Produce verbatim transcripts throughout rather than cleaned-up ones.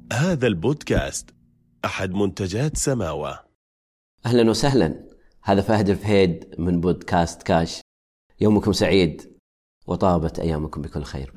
هذا البودكاست أحد منتجات سماوة. أهلا وسهلا، هذا فهد الفهيد من بودكاست كاش. يومكم سعيد وطابت أيامكم بكل خير.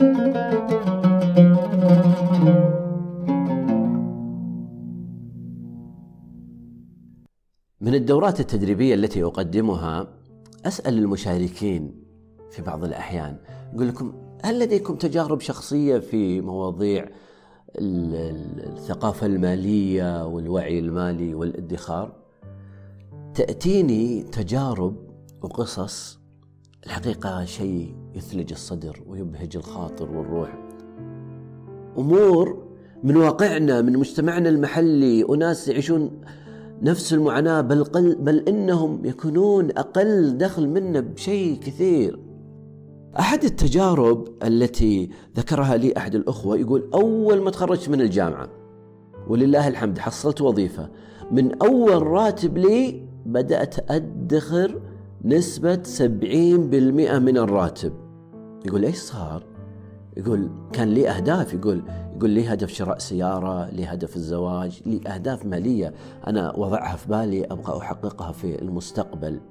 من الدورات التدريبية التي أقدمها أسأل المشاركين في بعض الأحيان، أقول لكم: هل لديكم تجارب شخصية في مواضيع الثقافة المالية والوعي المالي والادخار؟ تأتيني تجارب وقصص الحقيقة شيء يثلج الصدر ويبهج الخاطر والروح. أمور من واقعنا، من مجتمعنا المحلي، أناس يعيشون نفس المعاناة، بل, قل بل إنهم يكونون أقل دخل منا بشيء كثير. أحد التجارب التي ذكرها لي أحد الأخوة يقول: أول ما تخرجت من الجامعة ولله الحمد حصلت وظيفة، من أول راتب لي بدأت أدخر نسبة سبعين بالمئة من الراتب. يقول: إيش صار؟ يقول: كان لي أهداف. يقول يقول لي هدف شراء سيارة، لي هدف الزواج، لي أهداف مالية أنا وضعها في بالي أبغى أحققها في المستقبل.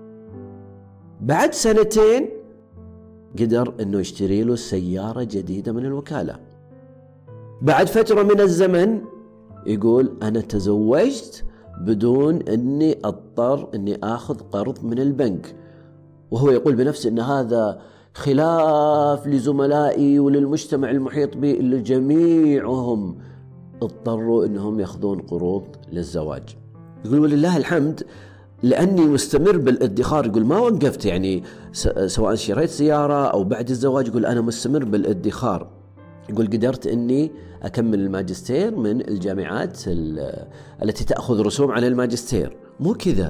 بعد سنتين قدر أنه يشتري له سيارة جديدة من الوكالة. بعد فترة من الزمن يقول: أنا تزوجت بدون أني أضطر أني أخذ قرض من البنك. وهو يقول بنفسه أن هذا خلاف لزملائي وللمجتمع المحيط به اللي جميعهم اضطروا أنهم يأخذون قروض للزواج. يقول: ولله الحمد لأني مستمر بالادخار. يقول: ما وقفت، يعني سواء شريت سيارة أو بعد الزواج، يقول أنا مستمر بالادخار. يقول: قدرت أني أكمل الماجستير من الجامعات التي تأخذ رسوم على الماجستير. مو كذا،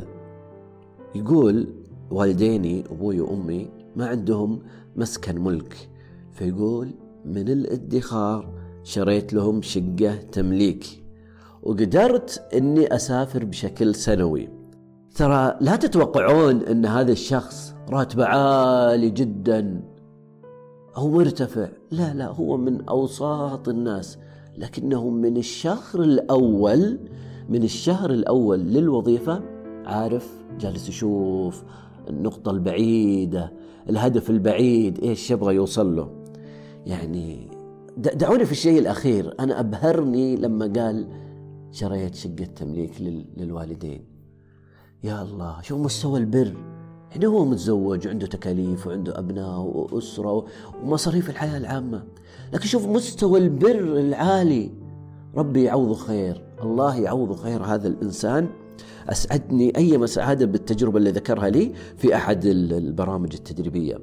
يقول والديني أبوي وأمي ما عندهم مسكن ملك، فيقول من الادخار شريت لهم شقة تمليك، وقدرت أني أسافر بشكل سنوي. ترى لا تتوقعون أن هذا الشخص راتبه عالي جدا أو مرتفع، لا لا، هو من أوساط الناس، لكنه من الشهر الأول من الشهر الأول للوظيفة عارف، جالس يشوف النقطة البعيدة، الهدف البعيد، إيش يبغى يوصل له. يعني دعوني في الشيء الأخير، أنا أبهرني لما قال شريت شقة تمليك للوالدين. يا الله، شوف مستوى البر. يعني هو متزوج وعنده تكاليف وعنده أبناء وأسرة ومصاريف الحياة العامة، لكن شوف مستوى البر العالي. ربي يعوضه خير، الله يعوضه خير هذا الإنسان. أسعدني أي مساعدة بالتجربة اللي ذكرها لي في أحد البرامج التدريبية.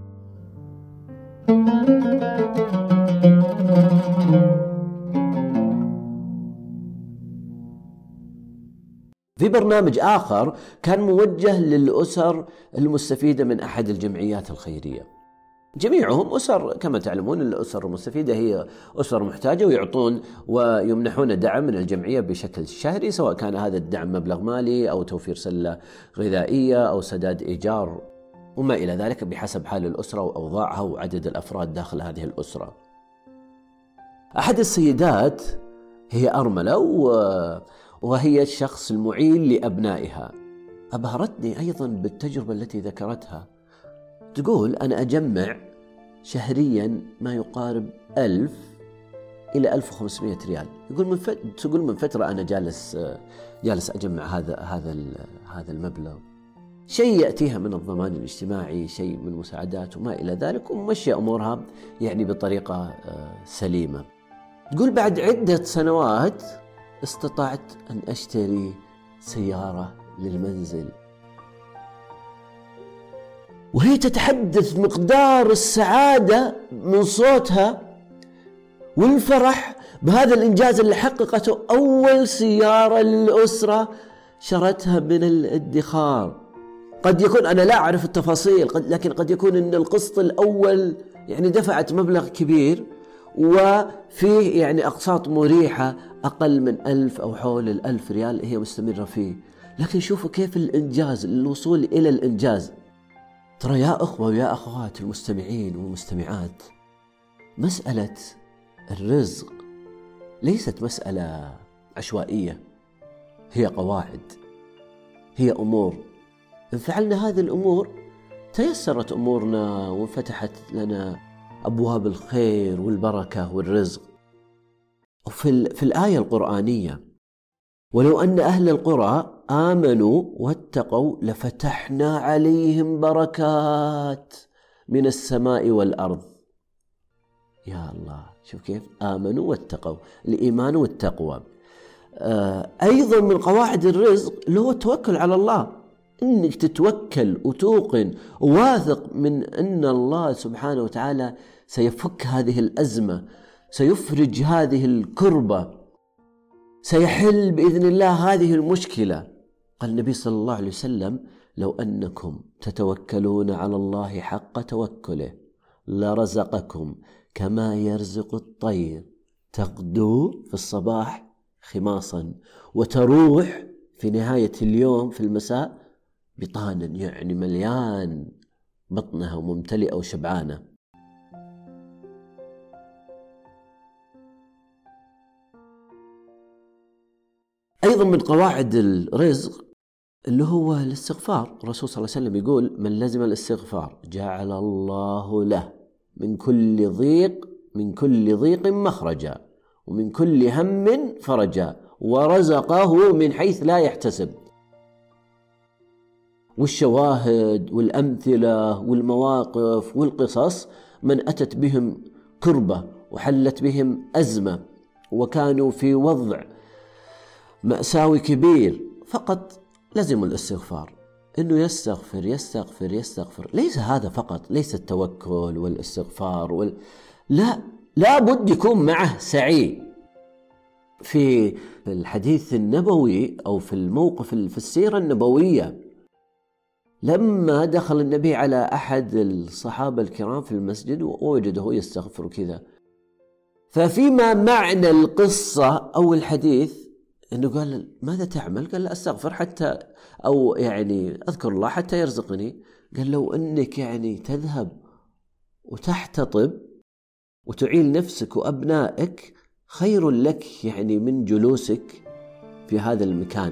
في برنامج آخر كان موجه للأسر المستفيدة من أحد الجمعيات الخيرية. جميعهم أسر، كما تعلمون الأسر المستفيدة هي أسر محتاجة، ويعطون ويمنحون دعم من الجمعية بشكل شهري، سواء كان هذا الدعم مبلغ مالي أو توفير سلة غذائية أو سداد إيجار وما إلى ذلك، بحسب حال الأسرة وأوضاعها وعدد الأفراد داخل هذه الأسرة. أحد السيدات هي أرملة وهي الشخص المعين لأبنائها. أبهرتني أيضا بالتجربة التي ذكرتها. تقول: أنا أجمع شهريا ما يقارب ألف إلى ألف وخمسمائة ريال. يقول من فترة تقول من فترة أنا جالس جالس أجمع هذا هذا هذا المبلغ، شيء يأتيها من الضمان الاجتماعي، شيء من مساعدات وما إلى ذلك، ومشي أمورها يعني بطريقة سليمة. تقول: بعد عدة سنوات استطعت أن أشتري سيارة للمنزل. وهي تتحدث مقدار السعادة من صوتها والفرح بهذا الإنجاز اللي حققته. أول سيارة للأسرة شرتها من الادخار. قد يكون أنا لا أعرف التفاصيل، لكن قد يكون أن القسط الأول يعني دفعت مبلغ كبير، وفيه يعني أقساط مريحة أقل من ألف أو حول الألف ريال هي مستمرة فيه. لكن شوفوا كيف الإنجاز، الوصول إلى الإنجاز. ترى يا أخوة ويا أخوات المستمعين والمستمعات، مسألة الرزق ليست مسألة عشوائية، هي قواعد، هي أمور. إن فعلنا هذه الأمور تيسرت أمورنا وانفتحت لنا أبواب الخير والبركة والرزق. وفي في الآية القرآنية: ولو أن أهل القرى آمنوا واتقوا لفتحنا عليهم بركات من السماء والأرض. يا الله، شوف كيف آمنوا واتقوا، الإيمان والتقوى. آه أيضا من قواعد الرزق اللي هو التوكل على الله، إنك تتوكل وتوقن وواثق من أن الله سبحانه وتعالى سيفك هذه الأزمة، سيفرج هذه الكربة، سيحل بإذن الله هذه المشكلة. قال النبي صلى الله عليه وسلم: لو أنكم تتوكلون على الله حق توكله لرزقكم كما يرزق الطير تغدو في الصباح خماصا وتروح في نهاية اليوم في المساء بطانا، يعني مليان بطنها وممتلئة وشبعانة. أيضا من قواعد الرزق اللي هو الاستغفار. الرسول صلى الله عليه وسلم يقول: من لزم الاستغفار جعل الله له من كل ضيق من كل ضيق مخرجا ومن كل هم فرجا ورزقه من حيث لا يحتسب. والشواهد والأمثلة والمواقف والقصص من أتت بهم كربة وحلت بهم أزمة وكانوا في وضع مأساوي كبير فقط لزموا الاستغفار، إنه يستغفر يستغفر يستغفر. ليس هذا فقط، ليس التوكل والاستغفار وال... لا لا بد يكون معه سعي. في الحديث النبوي أو في الموقف في السيرة النبوية، لما دخل النبي على أحد الصحابة الكرام في المسجد ووجده يستغفر كذا، ففيما معنى القصة أو الحديث إنه قال: ماذا تعمل؟ قال: لا أستغفر حتى أو يعني أذكر الله حتى يرزقني. قال: لو أنك يعني تذهب وتحتطب وتعيل نفسك وأبنائك خير لك يعني من جلوسك في هذا المكان.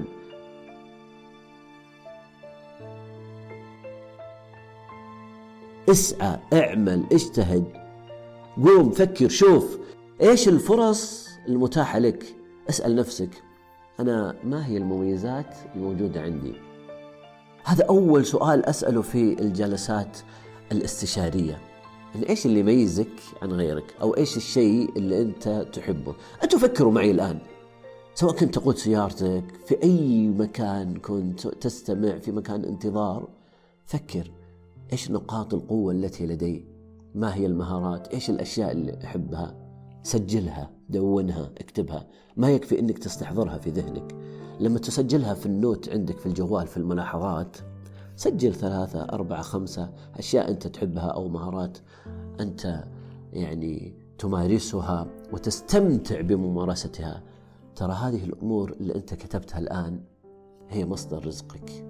اسعى، اعمل، اجتهد، قوم، فكر، شوف ايش الفرص المتاحة لك. اسأل نفسك: أنا ما هي المميزات الموجودة عندي؟ هذا أول سؤال أسأله في الجلسات الاستشارية. يعني إيش اللي يميزك عن غيرك، أو إيش الشيء اللي أنت تحبه؟ أنتوا فكروا معي الآن، سواء كنت تقود سيارتك في أي مكان، كنت تستمع في مكان انتظار، فكر إيش نقاط القوة التي لدي، ما هي المهارات، إيش الأشياء اللي أحبها، سجلها، دونها، اكتبها. ما يكفي أنك تستحضرها في ذهنك، لما تسجلها في النوت عندك في الجوال في الملاحظات، سجل ثلاثة أربعة خمسة أشياء أنت تحبها أو مهارات أنت يعني تمارسها وتستمتع بممارستها. ترى هذه الأمور اللي أنت كتبتها الآن هي مصدر رزقك.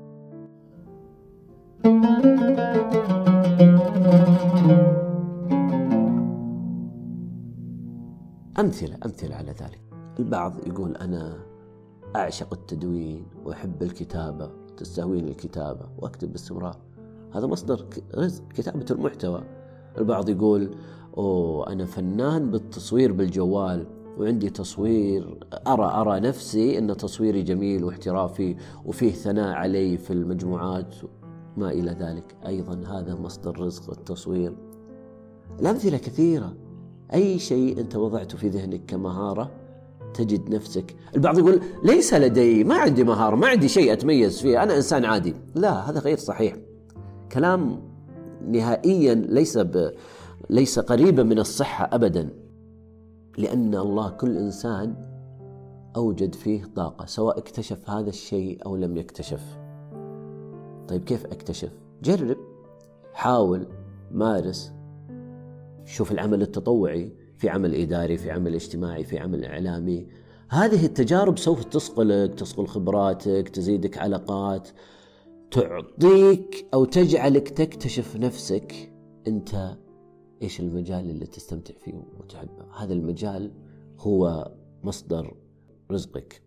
أمثلة أمثلة على ذلك. البعض يقول: أنا أعشق التدوين وأحب الكتابة، تستهويني الكتابة وأكتب باستمرار. هذا مصدر رزق، كتابة المحتوى. البعض يقول: أوه أنا فنان بالتصوير بالجوال وعندي تصوير، أرى أرى نفسي أن تصويري جميل واحترافي وفيه ثناء علي في المجموعات ما إلى ذلك. أيضا هذا مصدر رزق التصوير. الأمثلة كثيرة. أي شيء أنت وضعته في ذهنك كمهارة تجد نفسك. البعض يقول: ليس لدي، ما عندي مهارة، ما عندي شيء أتميز فيه، أنا إنسان عادي. لا، هذا غير صحيح، كلام نهائيا ليس ب... ليس قريبا من الصحة أبدا. لأن الله كل إنسان أوجد فيه طاقة، سواء اكتشف هذا الشيء أو لم يكتشف. طيب كيف أكتشف؟ جرب، حاول، مارس، شوف العمل التطوعي، في عمل إداري، في عمل اجتماعي، في عمل إعلامي. هذه التجارب سوف تصقلك، تصقل خبراتك، تزيدك علاقات، تعطيك أو تجعلك تكتشف نفسك أنت إيش المجال اللي تستمتع فيه وتحبه. هذا المجال هو مصدر رزقك.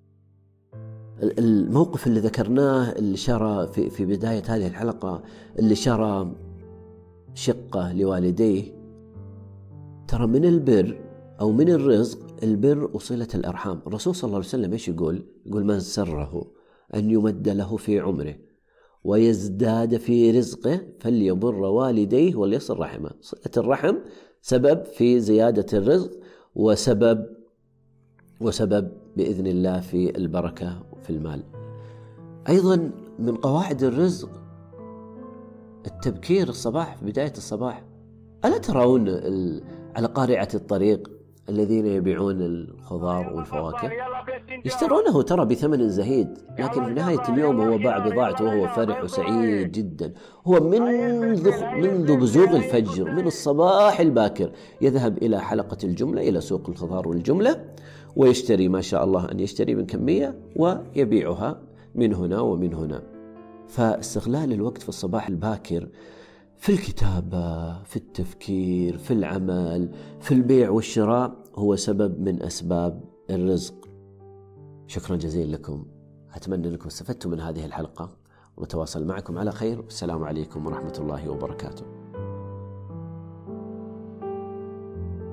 الموقف اللي ذكرناه اللي شرى في في بداية هذه الحلقة، اللي شرى شقة لوالديه، ترى من البر أو من الرزق البر وصلة الأرحام. الرسول صلى الله عليه وسلم إيش يقول؟ يقول: من سره أن يمد له في عمره ويزداد في رزقه فليبر والديه وليصل رحمه. صلة الرحم سبب في زيادة الرزق، وسبب وسبب بإذن الله في البركة وفي المال. أيضا من قواعد الرزق التبكير الصباح، في بداية الصباح. ألا ترون على قارعة الطريق الذين يبيعون الخضار والفواكه يشترونه ترى بثمن زهيد، لكن في نهاية اليوم هو باع بضاعته وهو فرح وسعيد جدا. هو منذ منذ بزوغ الفجر من الصباح الباكر يذهب إلى حلقة الجملة، إلى سوق الخضار والجملة، ويشتري ما شاء الله أن يشتري من كمية ويبيعها من هنا ومن هنا. فاستغلال الوقت في الصباح الباكر في الكتابة، في التفكير، في العمل، في البيع والشراء هو سبب من أسباب الرزق. شكرا جزيلا لكم، أتمنى أنكم استفدتم من هذه الحلقة، ونتواصل معكم على خير. السلام عليكم ورحمة الله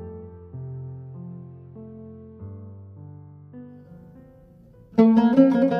وبركاته.